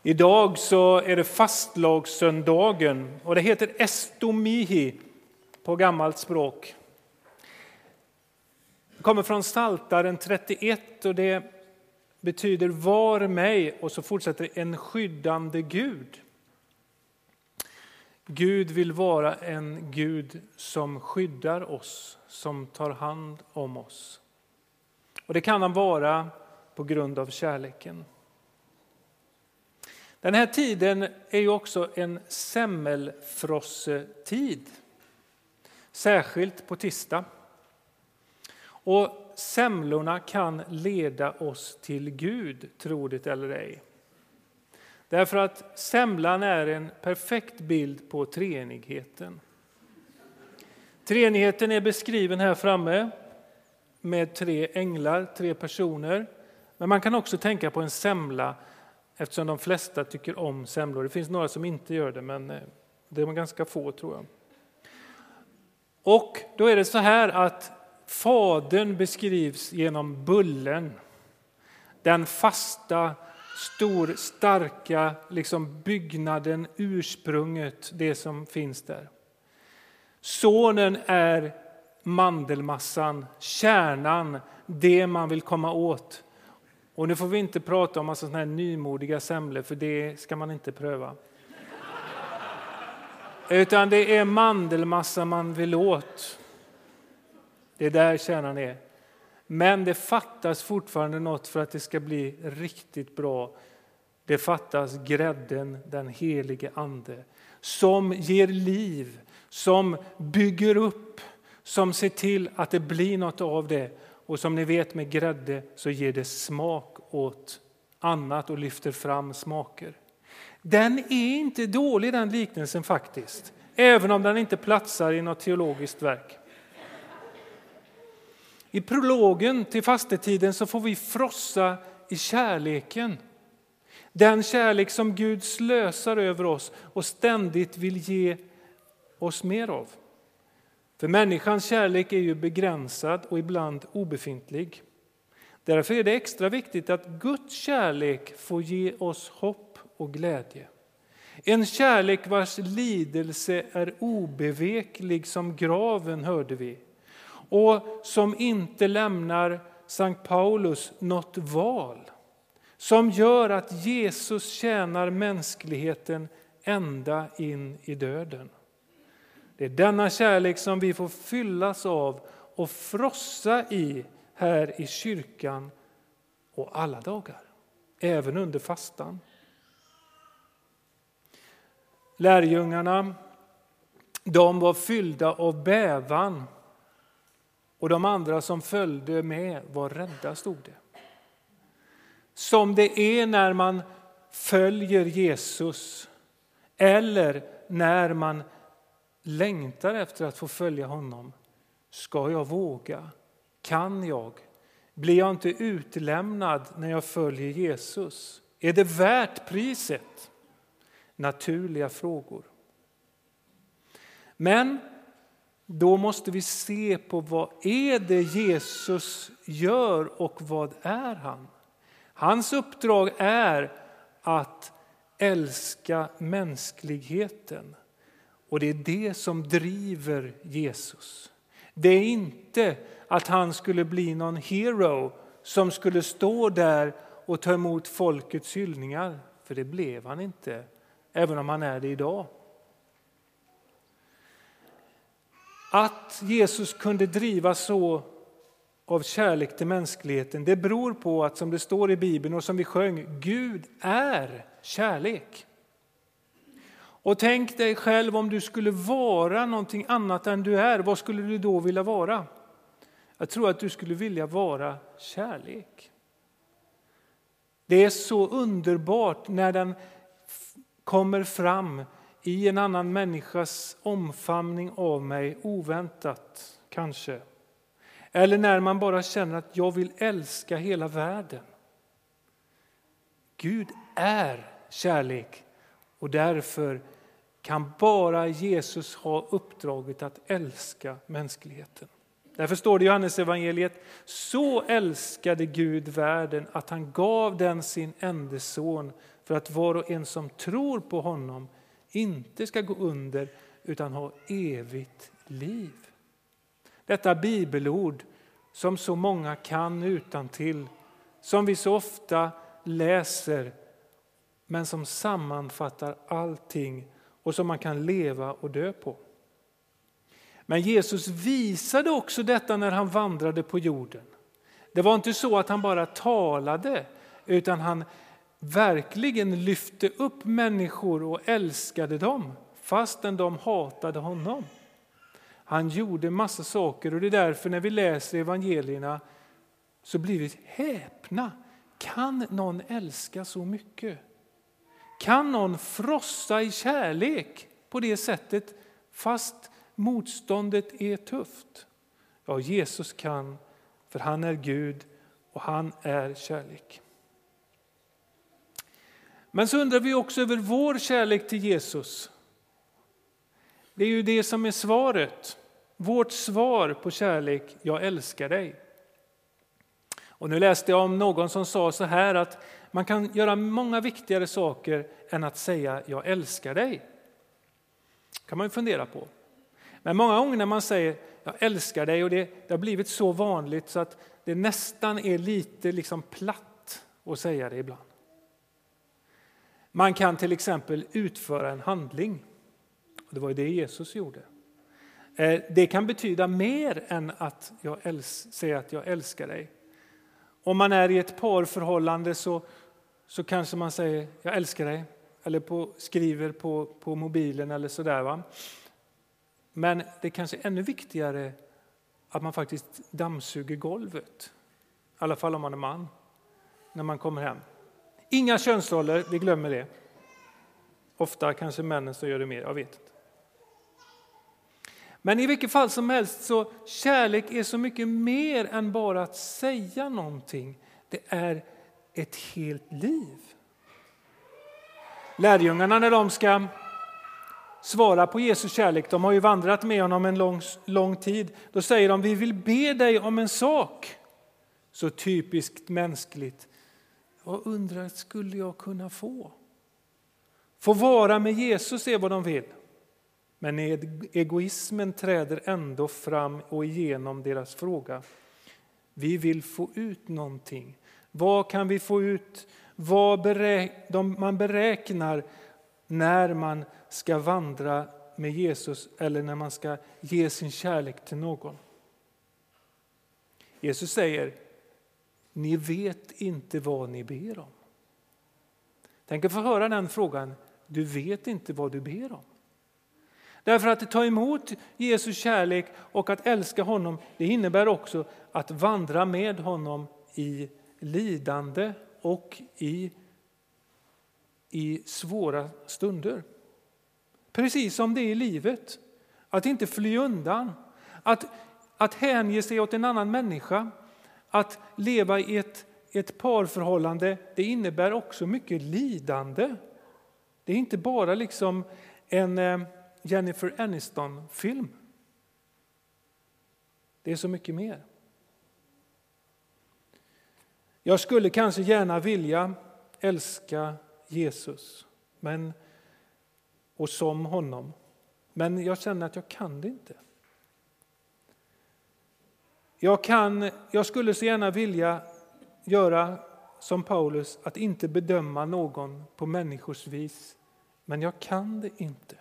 Idag så är det fastlagssöndagen och det heter estomihi på gammalt språk. Det kommer från Psaltaren 31 och det betyder var mig och så fortsätter en skyddande Gud. Gud vill vara en Gud som skyddar oss, som tar hand om oss. Och det kan han vara på grund av kärleken. Den här tiden är ju också en semmelfrossetid. Särskilt på tisdag. Och semlorna kan leda oss till Gud, tro det eller ej. Därför att semlan är en perfekt bild på treenigheten. Treenigheten är beskriven här framme med 3 änglar, 3 personer. Men man kan också tänka på en semla eftersom de flesta tycker om semlor. Det finns några som inte gör det, men det är ganska få tror jag. Och då är det så här att fadern beskrivs genom bullen. Den fasta, stor, starka byggnaden, ursprunget, det som finns där. Sonen är mandelmassan, kärnan, det man vill komma åt. Och nu får vi inte prata om sådana här nymodiga semlor, för det ska man inte pröva. Utan det är mandelmassa man vill åt. Det är där kärnan är. Men det fattas fortfarande något för att det ska bli riktigt bra. Det fattas grädden, den helige ande. Som ger liv, som bygger upp, som ser till att det blir något av det. Och som ni vet med grädde så ger det smak åt annat och lyfter fram smaker. Den är inte dålig den liknelsen faktiskt. Även om den inte platsar i något teologiskt verk. I prologen till fastetiden så får vi frossa i kärleken. Den kärlek som Gud slösar över oss och ständigt vill ge oss mer av. För människans kärlek är ju begränsad och ibland obefintlig. Därför är det extra viktigt att Guds kärlek får ge oss hopp och glädje. En kärlek vars lidelse är obeveklig som graven, hörde vi. Och som inte lämnar Sankt Paulus något val. Som gör att Jesus tjänar mänskligheten ända in i döden. Det är denna kärlek som vi får fyllas av och frossa i här i kyrkan och alla dagar. Även under fastan. Lärjungarna, de var fyllda av bävan. Och de andra som följde med var rädda, stod det. Som det är när man följer Jesus. Eller när man längtar efter att få följa honom. Ska jag våga? Kan jag? Blir jag inte utlämnad när jag följer Jesus? Är det värt priset? Naturliga frågor. Men då måste vi se på vad är det Jesus gör och vad är han? Hans uppdrag är att älska mänskligheten. Och det är det som driver Jesus. Det är inte att han skulle bli någon hero som skulle stå där och ta emot folkets hyllningar. För det blev han inte, även om han är det idag. Att Jesus kunde driva så av kärlek till mänskligheten, det beror på att, som det står i Bibeln och som vi sjöng, Gud är kärlek. Och tänk dig själv om du skulle vara någonting annat än du är. Vad skulle du då vilja vara? Jag tror att du skulle vilja vara kärlek. Det är så underbart när den kommer fram i en annan människas omfamning av mig, oväntat kanske. Eller när man bara känner att jag vill älska hela världen. Gud är kärlek och därför kan bara Jesus ha uppdraget att älska mänskligheten. Därför står det i Johannes evangeliet: så älskade Gud världen att han gav den sin enda son, för att var och en som tror på honom inte ska gå under utan ha evigt liv. Detta bibelord som så många kan utantill, som vi så ofta läser, men som sammanfattar allting och som man kan leva och dö på. Men Jesus visade också detta när han vandrade på jorden. Det var inte så att han bara talade, utan han verkligen lyfte upp människor och älskade dem fastän de hatade honom. Han gjorde massa saker, och det är därför när vi läser evangelierna så blir vi häpna. Kan någon älska så mycket? Kan någon frossa i kärlek på det sättet fast motståndet är tufft? Ja, Jesus kan, för han är Gud och han är kärlek. Men så undrar vi också över vår kärlek till Jesus. Det är ju det som är svaret. Vårt svar på kärlek: jag älskar dig. Och nu läste jag om någon som sa så här, att man kan göra många viktigare saker än att säga jag älskar dig. Kan man ju fundera på. Men många gånger när man säger jag älskar dig, och det har blivit så vanligt så att det nästan är lite liksom platt att säga det ibland. Man kan till exempel utföra en handling. Det var ju det Jesus gjorde. Det kan betyda mer än att säga att jag älskar dig. Om man är i ett parförhållande så kanske man säger jag älskar dig. Eller skriver på mobilen eller sådär. Va? Men det är kanske ännu viktigare att man faktiskt dammsuger golvet. I alla fall om man är man. När man kommer hem. Inga könsroller, vi glömmer det. Ofta kanske männen som gör det mer, jag vet inte. Men i vilket fall som helst så kärlek är så mycket mer än bara att säga någonting. Det är ett helt liv. Lärjungarna när de ska svara på Jesu kärlek, de har ju vandrat med honom en lång tid. Då säger de, vi vill be dig om en sak. Så typiskt mänskligt. Jag undrar, skulle jag kunna få vara med Jesus är vad de vill. Men egoismen träder ändå fram och igenom deras fråga. Vi vill få ut någonting. Vad kan vi få ut? Man beräknar när man ska vandra med Jesus eller när man ska ge sin kärlek till någon. Jesus säger, ni vet inte vad ni ber om. Tänk att få höra den frågan. Du vet inte vad du ber om. Därför att ta emot Jesu kärlek och att älska honom, det innebär också att vandra med honom i lidande och i svåra stunder. Precis som det är i livet. Att inte fly undan. Att hänge sig åt en annan människa. Att leva i ett parförhållande, det innebär också mycket lidande. Det är inte bara liksom en Jennifer Aniston-film. Det är så mycket mer. Jag skulle kanske gärna vilja älska Jesus och som honom. Men jag känner att jag kan det inte. Jag skulle så gärna vilja göra som Paulus, att inte bedöma någon på människors vis. Men jag kan det inte.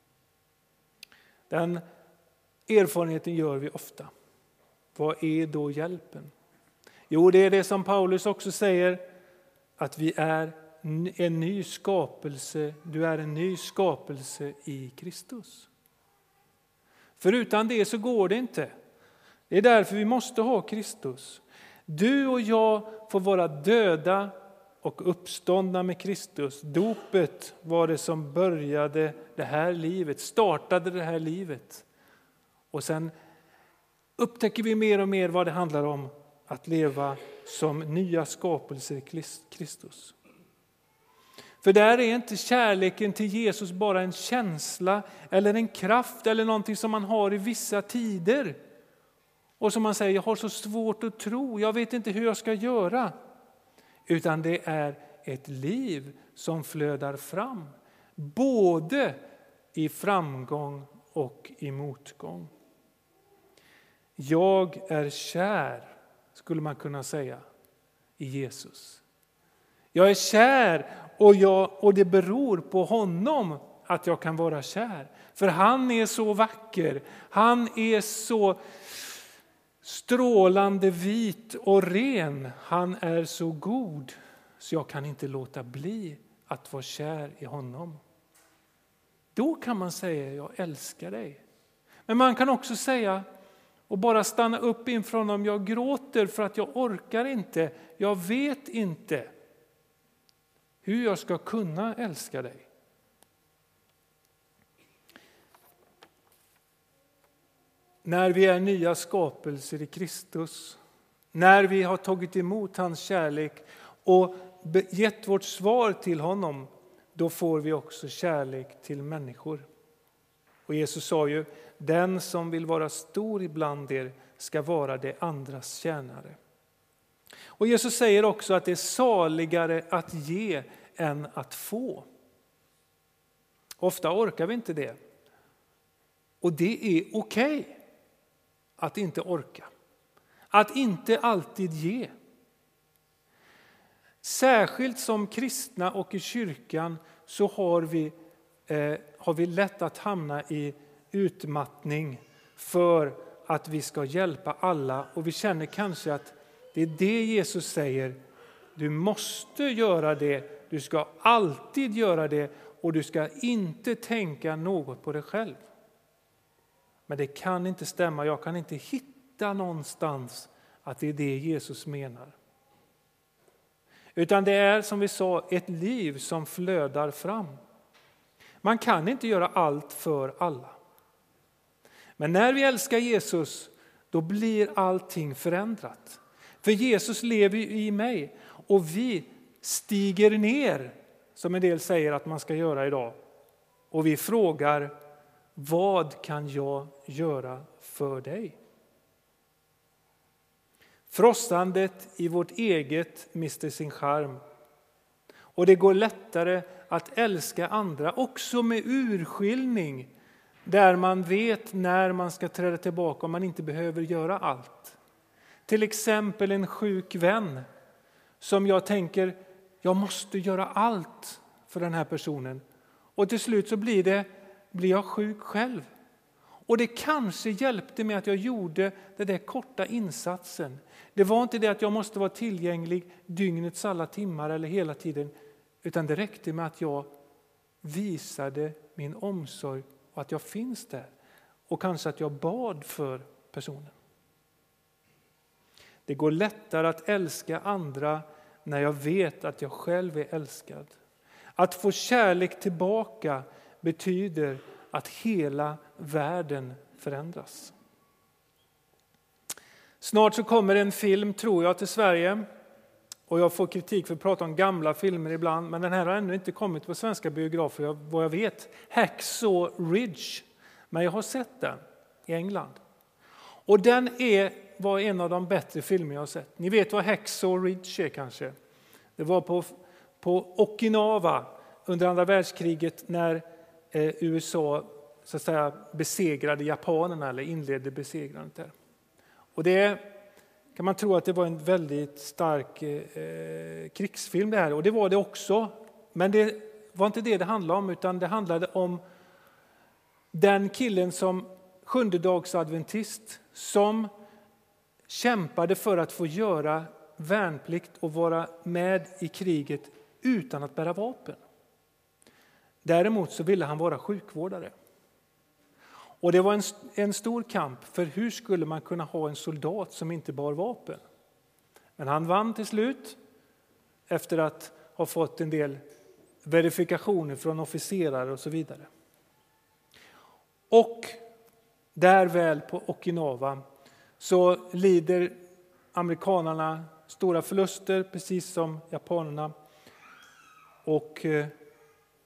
Den erfarenheten gör vi ofta. Vad är då hjälpen? Jo, det är det som Paulus också säger, att vi är en ny skapelse. Du är en ny skapelse i Kristus. För utan det så går det inte. Det är därför vi måste ha Kristus. Du och jag får vara döda och uppståndna med Kristus. Dopet var det som började det här livet, startade det här livet. Och sen upptäcker vi mer och mer vad det handlar om att leva som nya skapelser i Kristus. För där är inte kärleken till Jesus bara en känsla eller en kraft eller någonting som man har i vissa tider. Och som man säger, jag har så svårt att tro, jag vet inte hur jag ska göra. Utan det är ett liv som flödar fram, både i framgång och i motgång. Jag är kär, skulle man kunna säga, i Jesus. Jag är kär och det beror på honom att jag kan vara kär. För han är så vacker, han är så strålande vit och ren. Han är så god så jag kan inte låta bli att vara kär i honom. Då kan man säga jag älskar dig. Men man kan också säga och bara stanna upp inför honom. Jag gråter för att jag orkar inte. Jag vet inte hur jag ska kunna älska dig. När vi är nya skapelser i Kristus, när vi har tagit emot hans kärlek och gett vårt svar till honom, då får vi också kärlek till människor. Och Jesus sa ju, den som vill vara stor ibland er ska vara det andras tjänare. Och Jesus säger också att det är saligare att ge än att få. Ofta orkar vi inte det. Och det är okej att inte orka. Att inte alltid ge. Särskilt som kristna och i kyrkan så har vi lätt att hamna i utmattning för att vi ska hjälpa alla. Och vi känner kanske att det är det Jesus säger. Du måste göra det, du ska alltid göra det och du ska inte tänka något på dig själv. Men det kan inte stämma, jag kan inte hitta någonstans att det är det Jesus menar. Utan det är som vi sa ett liv som flödar fram. Man kan inte göra allt för alla. Men när vi älskar Jesus, då blir allting förändrat. För Jesus lever i mig och vi stiger ner, som en del säger att man ska göra idag. Och vi frågar, vad kan jag göra för dig? Frossandet i vårt eget mister sin charm. Och det går lättare att älska andra också med urskiljning. Där man vet när man ska träda tillbaka och man inte behöver göra allt. Till exempel en sjuk vän som jag tänker, jag måste göra allt för den här personen. Och till slut så blir jag sjuk själv. Och det kanske hjälpte mig att jag gjorde den där korta insatsen. Det var inte det att jag måste vara tillgänglig dygnets alla timmar eller hela tiden. Utan det räckte med att jag visade min omsorg och att jag finns där. Och kanske att jag bad för personen. Det går lättare att älska andra när jag vet att jag själv är älskad. Att få kärlek tillbaka betyder att hela världen förändras. Snart så kommer en film, tror jag, till Sverige. Och jag får kritik för att prata om gamla filmer ibland. Men den här har ännu inte kommit på svenska biografer, vad jag vet. Hacksaw Ridge. Men jag har sett den i England. Och den var en av de bättre filmer jag har sett. Ni vet vad Hacksaw Ridge är kanske. Det var på Okinawa under andra världskriget när USA så att säga besegrade japanerna eller inledde besegrandet där. Och det kan man tro att det var en väldigt stark krigsfilm det här. Och det var det också. Men det var inte det handlade om, utan det handlade om den killen som sjundedagsadventist som kämpade för att få göra värnplikt och vara med i kriget utan att bära vapen. Däremot så ville han vara sjukvårdare. Och det var en stor kamp, för hur skulle man kunna ha en soldat som inte bar vapen? Men han vann till slut efter att ha fått en del verifikationer från officerare och så vidare. Och där väl på Okinawa så lider amerikanerna stora förluster, precis som japanerna. Och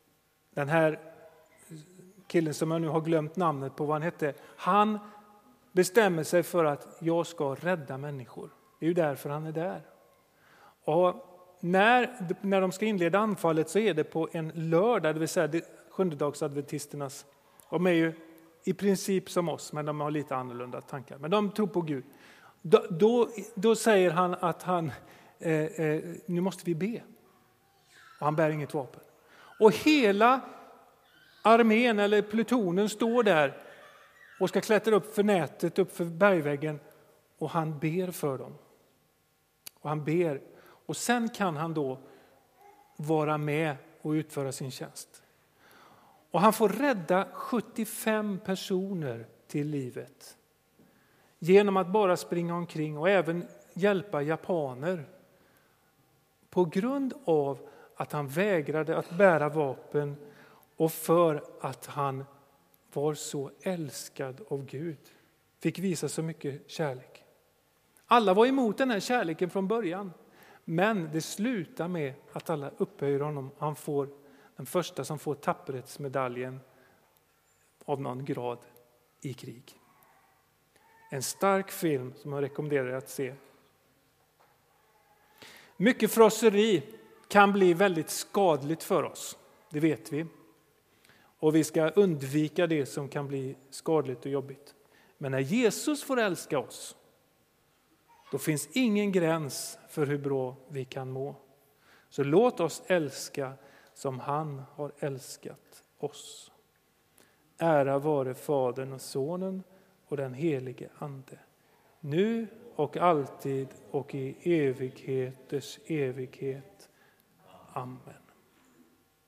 den här killen som jag nu har glömt namnet på vad han hette, han bestämmer sig för att jag ska rädda människor. Det är ju därför han är där. Och när de ska inleda anfallet så är det på en lördag, det vill säga sjundedagsadventisternas. De är ju i princip som oss, men de har lite annorlunda tankar. Men de tror på Gud. Då säger han att nu måste vi be. Och han bär inget vapen. Och hela armén eller plutonen står där och ska klättra upp för nätet, upp för bergväggen. Och han ber för dem. Och han ber. Och sen kan han då vara med och utföra sin tjänst. Och han får rädda 75 personer till livet. Genom att bara springa omkring och även hjälpa japaner. På grund av att han vägrade att bära vapen och för att han var så älskad av Gud. Fick visa så mycket kärlek. Alla var emot den här kärleken från början. Men det slutar med att alla upphöjer honom. Han får den första som får tapperhetsmedaljen av någon grad i krig. En stark film som jag rekommenderar att se. Mycket frosseri kan bli väldigt skadligt för oss. Det vet vi. Och vi ska undvika det som kan bli skadligt och jobbigt. Men när Jesus får älska oss, då finns ingen gräns för hur bra vi kan må. Så låt oss älska som han har älskat oss. Ära vare Fadern och Sonen och den helige Ande. Nu och alltid och i evigheters evighet. Amen.